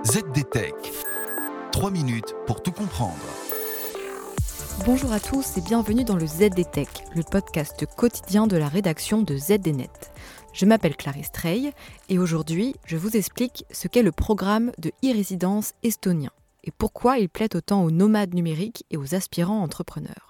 ZDTech. 3 minutes pour tout comprendre. Bonjour à tous et bienvenue dans le ZDTech, le podcast quotidien de la rédaction de ZDNet. Je m'appelle Clarisse Trey et aujourd'hui, je vous explique ce qu'est le programme de e-résidence estonien et pourquoi il plaît autant aux nomades numériques et aux aspirants entrepreneurs.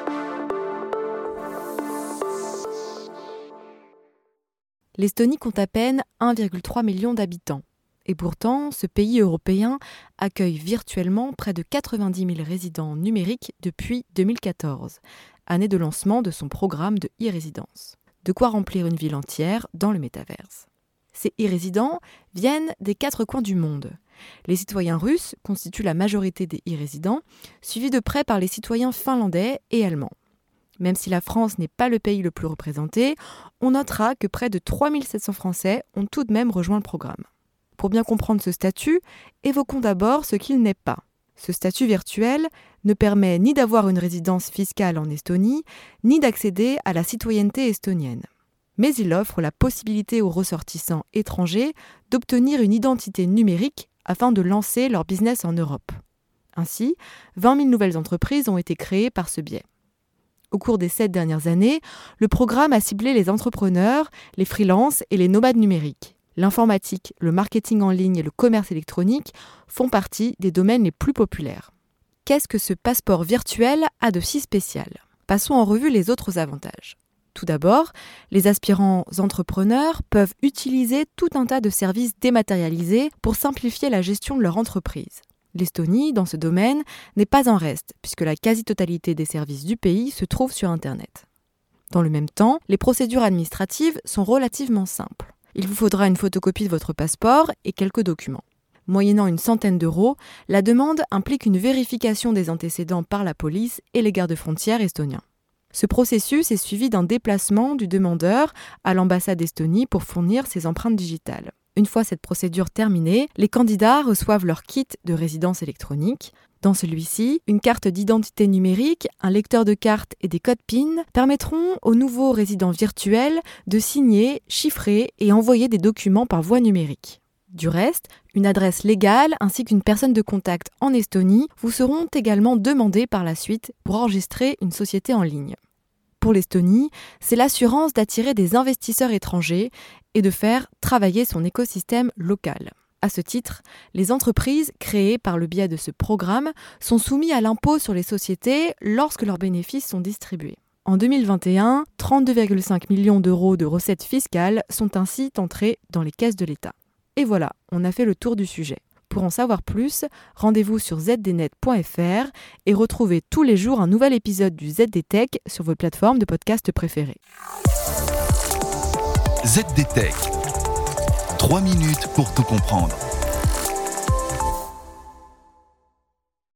L'Estonie compte à peine 1,3 million d'habitants. Et pourtant, ce pays européen accueille virtuellement près de 90 000 résidents numériques depuis 2014, année de lancement de son programme de e-résidence. De quoi remplir une ville entière dans le métaverse. Ces e-résidents viennent des 4 coins du monde. Les citoyens russes constituent la majorité des e-résidents, suivis de près par les citoyens finlandais et allemands. Même si la France n'est pas le pays le plus représenté, on notera que près de 3 700 Français ont tout de même rejoint le programme. Pour bien comprendre ce statut, évoquons d'abord ce qu'il n'est pas. Ce statut virtuel ne permet ni d'avoir une résidence fiscale en Estonie, ni d'accéder à la citoyenneté estonienne. Mais il offre la possibilité aux ressortissants étrangers d'obtenir une identité numérique afin de lancer leur business en Europe. Ainsi, 20 000 nouvelles entreprises ont été créées par ce biais. Au cours des 7 dernières années, le programme a ciblé les entrepreneurs, les freelances et les nomades numériques. L'informatique, le marketing en ligne et le commerce électronique font partie des domaines les plus populaires. Qu'est-ce que ce passeport virtuel a de si spécial ? Passons en revue les autres avantages. Tout d'abord, les aspirants entrepreneurs peuvent utiliser tout un tas de services dématérialisés pour simplifier la gestion de leur entreprise. L'Estonie, dans ce domaine, n'est pas en reste, puisque la quasi-totalité des services du pays se trouve sur Internet. Dans le même temps, les procédures administratives sont relativement simples. Il vous faudra une photocopie de votre passeport et quelques documents. Moyennant une centaine d'euros, la demande implique une vérification des antécédents par la police et les gardes-frontières estoniens. Ce processus est suivi d'un déplacement du demandeur à l'ambassade d'Estonie pour fournir ses empreintes digitales. Une fois cette procédure terminée, les candidats reçoivent leur kit de résidence électronique. Dans celui-ci, une carte d'identité numérique, un lecteur de cartes et des codes PIN permettront aux nouveaux résidents virtuels de signer, chiffrer et envoyer des documents par voie numérique. Du reste, une adresse légale ainsi qu'une personne de contact en Estonie vous seront également demandées par la suite pour enregistrer une société en ligne. Pour l'Estonie, c'est l'assurance d'attirer des investisseurs étrangers et de faire travailler son écosystème local. À ce titre, les entreprises créées par le biais de ce programme sont soumises à l'impôt sur les sociétés lorsque leurs bénéfices sont distribués. En 2021, 32,5 millions d'euros de recettes fiscales sont ainsi entrées dans les caisses de l'État. Et voilà, on a fait le tour du sujet. Pour en savoir plus, rendez-vous sur zdnet.fr et retrouvez tous les jours un nouvel épisode du ZDTech sur vos plateformes de podcast préférées. ZDTech. 3 minutes pour tout comprendre.